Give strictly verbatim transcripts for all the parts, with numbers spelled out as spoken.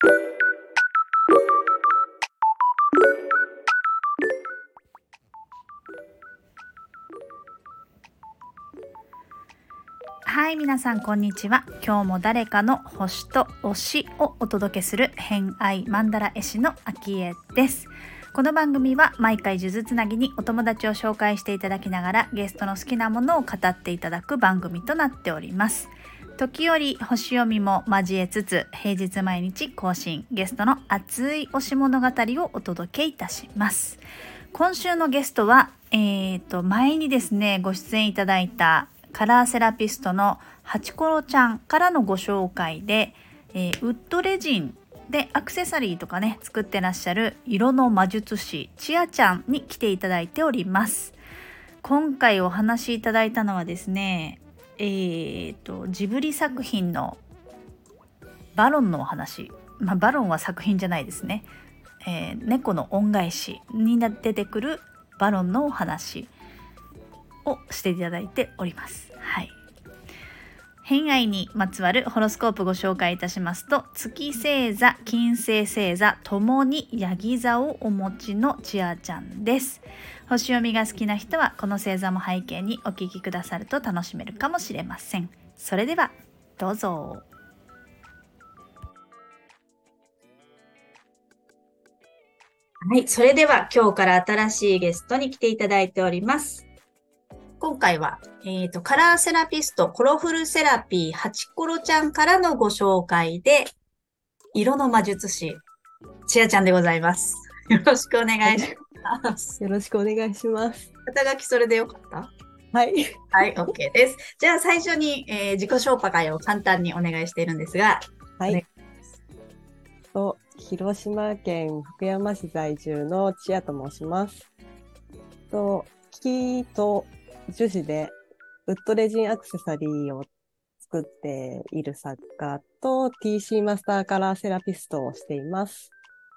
はい、皆さんこんにちは。今日も誰かの星と推しをお届けする偏愛マンダラ絵師のあきえです。この番組は毎回数珠つなぎにお友達を紹介していただきながらゲストの好きなものを語っていただく番組となっております。時折星読みも交えつつ平日毎日更新、ゲストの熱い推し物語をお届けいたします。今週のゲストは、えーと、前にですねご出演いただいたカラーセラピストのハチコロちゃんからのご紹介で、えー、ウッドレジンでアクセサリーとかね作ってらっしゃる色の魔術師ちあちゃんに来ていただいております。今回お話しいただいたのはですね、えーとジブリ作品のバロンのお話、まあ、バロンは作品じゃないですね、えー、猫の恩返しに出てくるバロンのお話をしていただいております。はい。偏愛にまつわるホロスコープご紹介いたしますと、月星座、金星星座ともにヤギ座をお持ちのちあちゃんです。星読みが好きな人はこの星座も背景にお聞きくださると楽しめるかもしれません。それではどうぞ。はい、それでは今日から新しいゲストに来ていただいております。今回は、えーと、カラーセラピスト、コロフルセラピー、ハチコロちゃんからのご紹介で、色の魔術師、ちあちゃんでございます。よろしくお願いします。 よろしくお願いします。 肩書きそれでよかった？ はい。 はい、OK です。じゃあ最初に、えー、自己紹介を簡単にお願いしているんですが。 はい。と広島県福山市在住のちあと申します。と木と樹脂でウッドレジンアクセサリーを作っている作家と ティーシー マスターカラーセラピストをしています。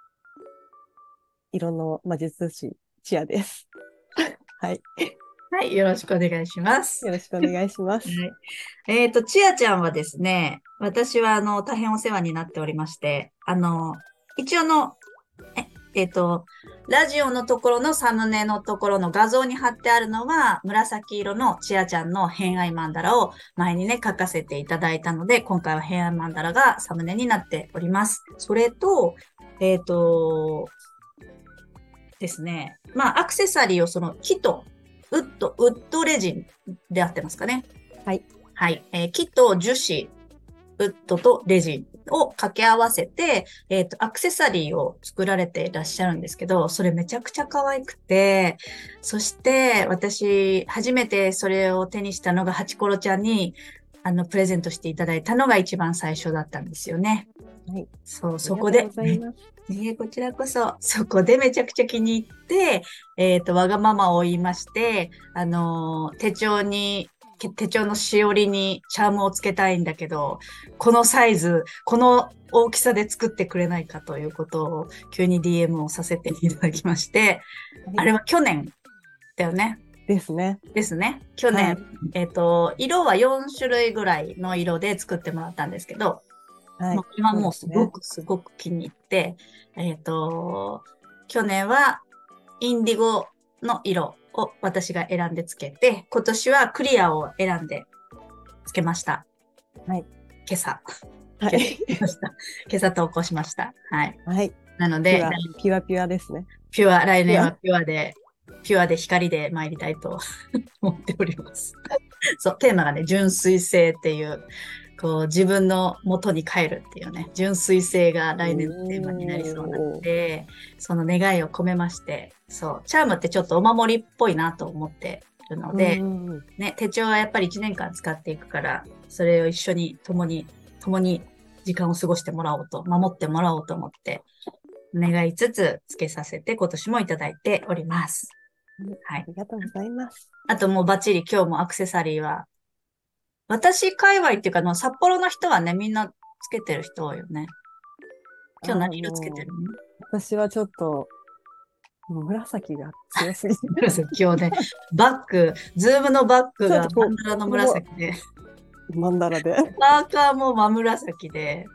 色の魔術師ちあです。はい。 はい、よろしくお願いします。 よろしくお願いします。はい、 えっと、ちあちゃんはですね、私はあの大変お世話になっておりまして、あの一応のええっと、ラジオのところのサムネのところの画像に貼ってあるのは、紫色のちあちゃんの偏愛マンダラを前にね、書かせていただいたので、今回は偏愛マンダラがサムネになっております。それと、えっと、ですね、まあ、アクセサリーをその木とウッド、ウッドレジンで合ってますかね。 はい。 はい。えー、木と樹脂、ウッドとレジンを掛け合わせて、えっと、アクセサリーを作られていらっしゃるんですけど、それめちゃくちゃ可愛くて、そして私、初めてそれを手にしたのがハチコロちゃんに、あの、プレゼントしていただいたのが一番最初だったんですよね。 はい。 そう、そこで。 ありがとうございます。 ね、こちらこそ、そこでめちゃくちゃ気に入って、えっと、わがままを言いまして、あの、手帳に、手帳のしおりにチャームをつけたいんだけど、このサイズ、この大きさで作ってくれないかということを急に ディーエム をさせていただきまして、はい、あれは去年だよね。 ですね。 ですね。去年、はい、えっと、色はよん種類ぐらいの色で作ってもらったんですけど、はい、もう今もうすごくすごく気に入って、ね、えっと、去年はインディゴの色を私が選んでつけて、今年はクリアを選んでつけました。はい。今朝。はい。今朝投稿しました。はい。 はい。 なので、 ピュアピュアですね。 ピュア、来年はピュアで、ピュアで光で参りたいと思っております。そう、テーマがね、純粋性っていう、こう自分の元に帰るっていうね、純粋性が来年のテーマになりそうなので、その願いを込めまして、そう、チャームってちょっとお守りっぽいなと思ってるので、ね、手帳はやっぱりいちねんかん使っていくから、それを一緒に共に、共に時間を過ごしてもらおうと、守ってもらおうと思って、願いつつつけさせて今年もいただいております。 はい。ありがとうございます。 あともうバッチリ今日もアクセサリーは、私界隈っていうかの札幌の人はね、みんなつけてる人多いよね。今日何色つけてるの？ 私はちょっと、紫が強すぎて。 紫、今日ね、バッグ、ズームのバッグがマンダラの紫で。 マンダラで。 パーカーも真紫で、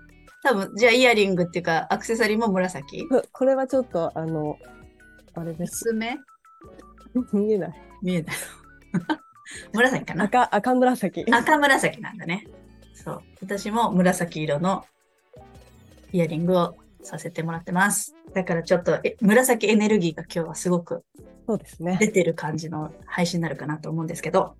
多分、じゃあイヤリングっていうか、アクセサリーも紫？ ここれはちょっと、あの、あれです。 爪見えない。 見えない。紫かな？ 赤、赤紫。 赤紫なんだね。そう。私も紫色のイヤリングをさせてもらってます。だからちょっとえ紫エネルギーが今日はすごくそうですね。 出てる感じの配信になるかなと思うんですけど。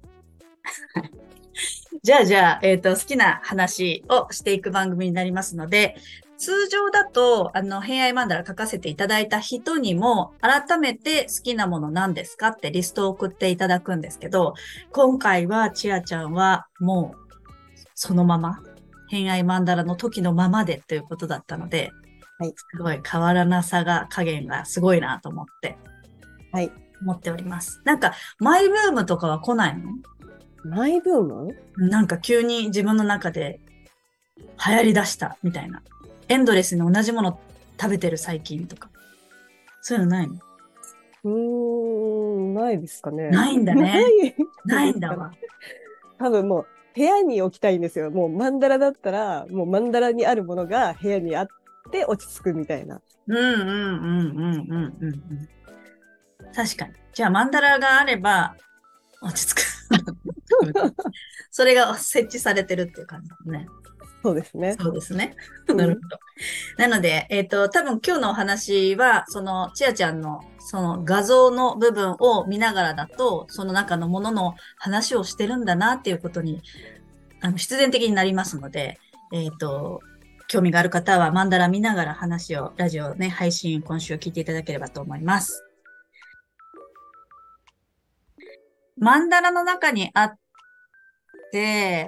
じゃあじゃあ、えっと、好きな話をしていく番組になりますので、通常だと、あの、偏愛マンダラ書かせていただいた人にも、改めて好きなもの何ですかってリストを送っていただくんですけど、今回はちあちゃんはもう、そのまま、偏愛マンダラの時のままでということだったので、 はい。 すごい変わらなさが、加減がすごいなと思って、 はい。 思っております。なんか、マイブームとかは来ないの？ マイブーム？ なんか急に自分の中で流行り出したみたいな。エンドレスに同じもの食べてる最近とか。そういうのないの？ うーん、ないですかね。 ないんだね。 ない。 ないんだわ。 多分もう部屋に置きたいんですよ。もうマンダラだったら、もうマンダラにあるものが部屋にあって落ち着くみたいな。 うんうんうんうんうんうんうん。確かに。じゃあマンダラがあれば落ち着く。それが設置されてるっていう感じだね。 そうですね。 そうですね。 うんなるほど。なので、えっと、多分今日のお話は、その、ちあちゃんの、その画像の部分を見ながらだと、その中のものの話をしてるんだなっていうことに、あの、必然的になりますので、えっと、興味がある方はマンダラ見ながら話を、ラジオね、配信今週聞いていただければと思います。マンダラの中にあって、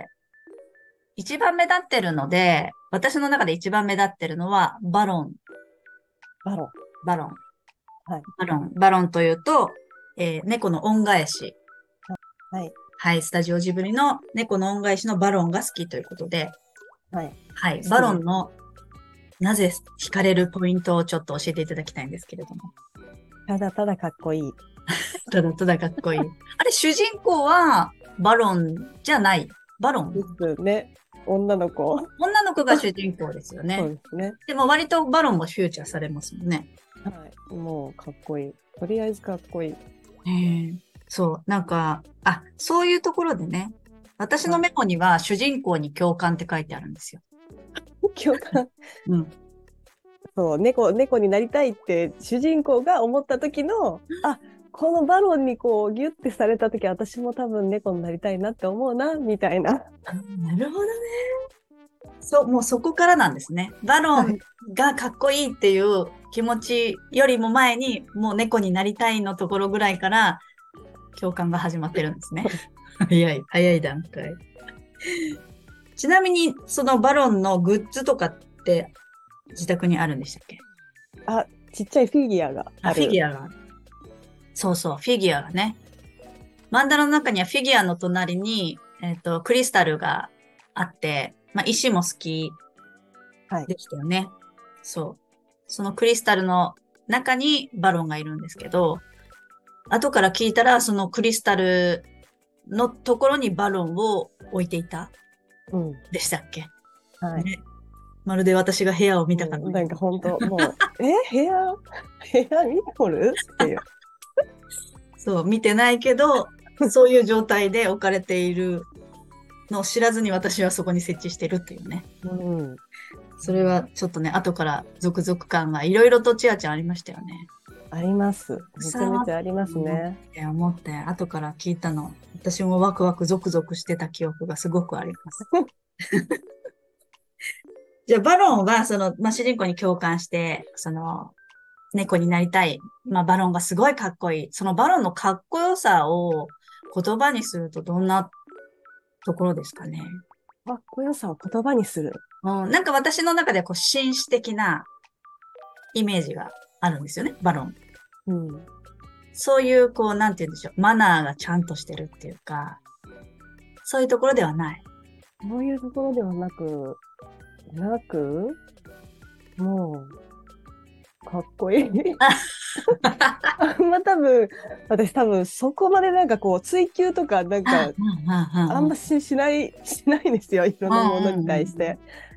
一番目立ってるので、私の中で一番目立ってるのは、バロン。 バロン。 バロン。 はい。 バロン。バロンというと、えー猫の恩返し。 はい。 はい。スタジオジブリの猫の恩返しのバロンが好きということで、 はい。 はい。バロンのなぜ惹かれるポイントをちょっと教えていただきたいんですけれども。 ただただかっこいい。 ただただかっこいい。あれ、主人公はバロンじゃない。バロンですね。女の子。 女の子が主人公ですよね。 そうですね。 でも割とバロンもフューチャーされますもんね。 はい。もうかっこいい。とりあえずかっこいい。 へえ。そう。なんか、あ、そういうところでね、私のメモには主人公に共感って書いてあるんですよ。 共感。 うん。 そう、猫、猫になりたいって主人公が思った時の、あ、このバロンにこうギュッてされた時、私も多分猫になりたいなって思うな、みたいな。 あ、なるほどね。そう、もうそこからなんですね。バロンがかっこいいっていう気持ちよりも前に、もう猫になりたいのところぐらいから共感が始まってるんですね。早い、早い段階。ちなみに、そのバロンのグッズとかって自宅にあるんでしたっけ？ あ、ちっちゃいフィギュアがああ、 る。 フィギュアがある。そうそう、フィギュアがね。マンダラの中にはフィギュアの隣に、えっと、クリスタルがあって、まあ、石も好きはい。 でしたよね。そう。そのクリスタルの中にバロンがいるんですけど、後から聞いたら、そのクリスタルのところにバロンを置いていたうん。 でしたっけ？ はい。 ね、まるで私が部屋を見たかのように。 うんなんか本当もう、え、部屋、部屋見とるっていう。 そう、見てないけど、そういう状態で置かれているのを知らずに私はそこに設置してるっていうね。 うん。 それはちょっとね、後から続々感がいろいろとちあちゃんありましたよね。 あります。めちゃめちゃありますね。 いや、思って、後から聞いたの。私もワクワクゾクゾクしてた記憶がすごくあります。じゃあ、バロンは、その、まあ、主人公に共感して、その、猫になりたい。まあ、バロンがすごいかっこいい。そのバロンのかっこよさを言葉にするとどんなところですかね。 かっこよさを言葉にする。 うん、なんか私の中でこう、紳士的なイメージがあるんですよね、バロン。 うん。 そういう、こう、なんて言うんでしょう。マナーがちゃんとしてるっていうか、そういうところではない。 そういうところではなく、なく、もう、かっこいい。あんま多分、私多分そこまでなんかこう追求とかなんか、あんまししない、しないんですよ。いろんなものに対して。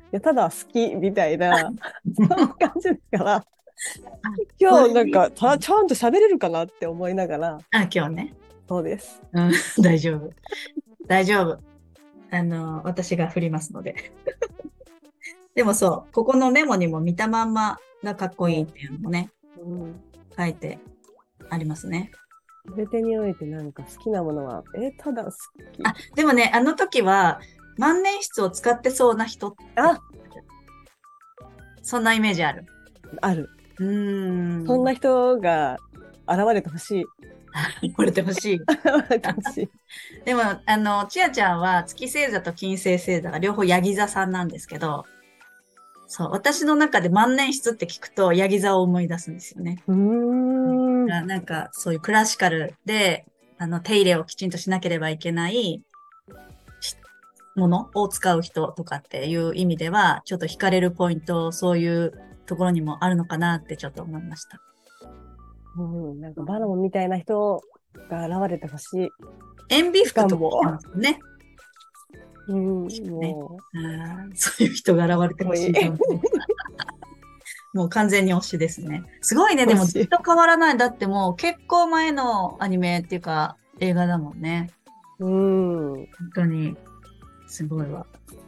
やただ好きみたいなそんな感じだから今そういう日なんかたちゃんと喋れるかなって思いながら。 あ、今日ね。 そうです。 うん、大丈夫。大丈夫。あの、私が振りますので。でもそう、ここのメモにも見たまんまがかっこいいっていうのもね、 うん、 書いてありますね。 全てにおいてなんか好きなものは、え、ただ好き。 あ、でもね、あの時は万年筆を使ってそうな人って、 あ、 そんなイメージある。 ある。 うーん。 そんな人が現れてほしい。 言われてほしい。 現れてほしい。 でも、あの、ちあちゃんは月星座と金星星座が両方ヤギ座さんなんですけど、そう、私の中で万年筆って聞くとヤギ座を思い出すんですよね。 うーん。 ななんか、そういうクラシカルで、あの、手入れをきちんとしなければいけないしものを使う人とかっていう意味では、ちょっと惹かれるポイント、そういうところにもあるのかなってちょっと思いました。 うん、なんかバロンみたいな人が現れてほしい。 塩ビ服とかもですよね。 うん、 ねもあーそういう人が現れてほしいと思う。もう完全に推しですね。すごいね。でも推しずっと変わらない。だってもう結構前のアニメっていうか映画だもんね。 う、うん。 本当にすごいわ。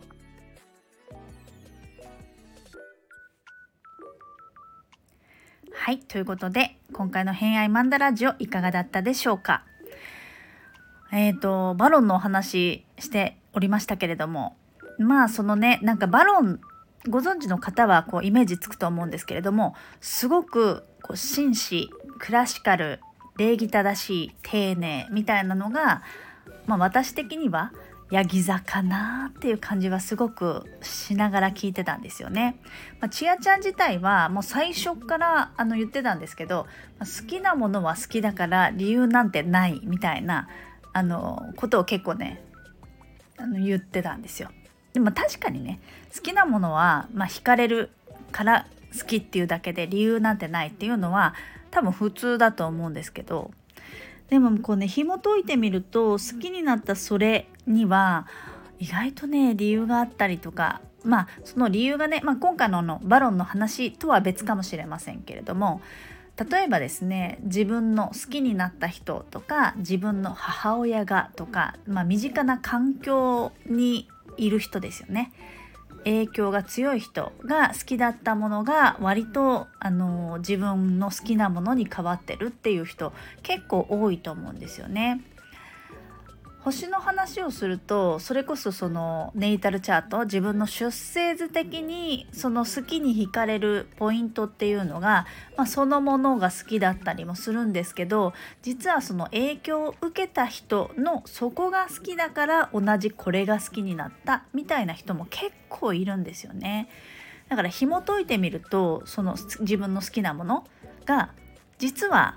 はい。ということで、今回の偏愛マンダラジオいかがだったでしょうか。えっと、バロンのお話しておりましたけれども、まあそのね、なんかバロンご存知の方はこうイメージつくと思うんですけれども、すごくこう紳士、クラシカル、礼儀正しい、丁寧みたいなのが、まあ、私的にはヤギ座かなっていう感じはすごくしながら聞いてたんですよね。まあ、ちあちゃん自体はもう最初からあの言ってたんですけど、まあ、好きなものは好きだから理由なんてないみたいなあのことを結構ねあの言ってたんですよ。でも確かにね、好きなものは、まあ、惹かれるから好きっていうだけで理由なんてないっていうのは多分普通だと思うんですけど、でもこうね紐解いてみると好きになったそれには意外とね理由があったりとか、まあその理由がね、まあ、今回のあのバロンの話とは別かもしれませんけれども、例えばですね、自分の好きになった人とか自分の母親がとか、まあ、身近な環境にいる人ですよね。影響が強い人が好きだったものが割とあの自分の好きなものに変わってるっていう人結構多いと思うんですよね。星の話をするとそれこそそのネイタルチャート、自分の出生図的にその好きに惹かれるポイントっていうのが、まあ、そのものが好きだったりもするんですけど、実はその影響を受けた人のそこが好きだから同じこれが好きになったみたいな人も結構いるんですよね。だから紐解いてみるとその自分の好きなものが実は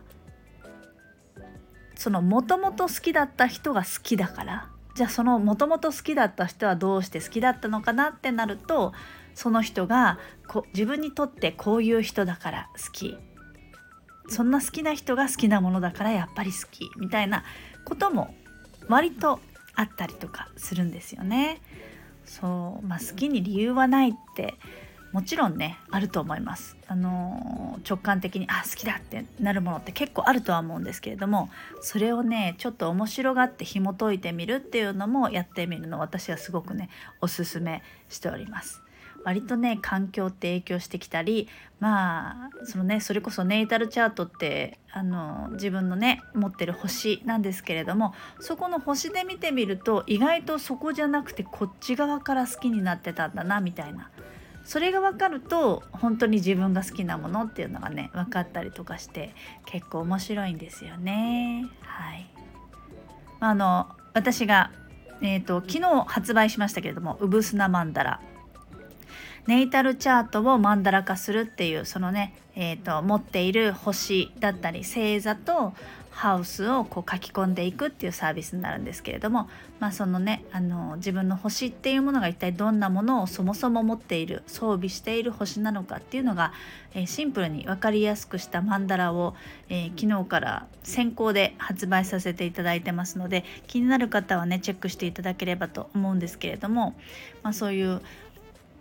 そのもともと好きだった人が好きだから、じゃあそのもともと好きだった人はどうして好きだったのかなってなると、その人がこ自分にとってこういう人だから好き、そんな好きな人が好きなものだからやっぱり好きみたいなことも割とあったりとかするんですよね。そう、まあ、好きに理由はないってもちろんねあると思います。あのー、直感的にあ好きだってなるものって結構あるとは思うんですけれども、それをねちょっと面白がって紐解いてみるっていうのもやってみるのを私はすごくねおすすめしております。割とね環境って影響してきたり、まあそのねそれこそネイタルチャートってあの自分のね持ってる星なんですけれども、そこの星で見てみると意外とそこじゃなくてこっち側から好きになってたんだなみたいな、それが分かると本当に自分が好きなものっていうのがね分かったりとかして結構面白いんですよね。はい。あの私が、えーと、昨日発売しましたけれども、うぶすなマンダラ、ネイタルチャートをマンダラ化するっていうそのね、えーと、持っている星だったり星座とハウスをこう書き込んでいくっていうサービスになるんですけれども、まあそのねあの自分の星っていうものが一体どんなものをそもそも持っている装備している星なのかっていうのが、えー、シンプルに分かりやすくしたマンダラを、えー、昨日から先行で発売させていただいてますので、気になる方はねチェックしていただければと思うんですけれども、まあ、そういう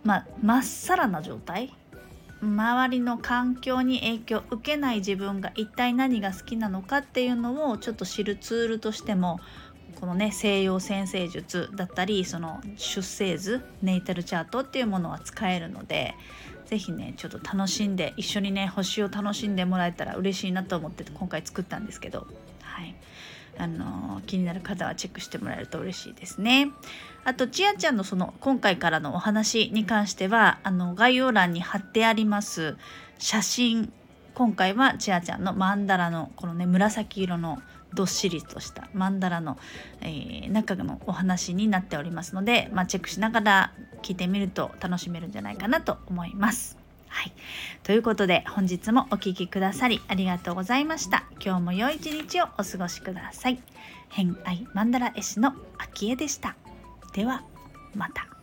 まあまっさらな状態、周りの環境に影響を受けない自分が一体何が好きなのかっていうのをちょっと知るツールとしても、このね西洋占星術だったり、その出生図ネイタルチャートっていうものは使えるので、ぜひねちょっと楽しんで、一緒にね星を楽しんでもらえたら嬉しいなと思って今回作ったんですけど、はい、あのー、気になる方はチェックしてもらえると嬉しいですね。あとちあちゃんのその今回からのお話に関しては、あの概要欄に貼ってあります写真、今回はちあちゃんのマンダラのこのね紫色のどっしりとしたマンダラの、えー、中のお話になっておりますので、まあ、チェックしながら聞いてみると楽しめるんじゃないかなと思います。はい、ということで本日もお聞きくださりありがとうございました。今日も良い一日をお過ごしください。偏愛マンダラ絵師のあきえでした。ではまた。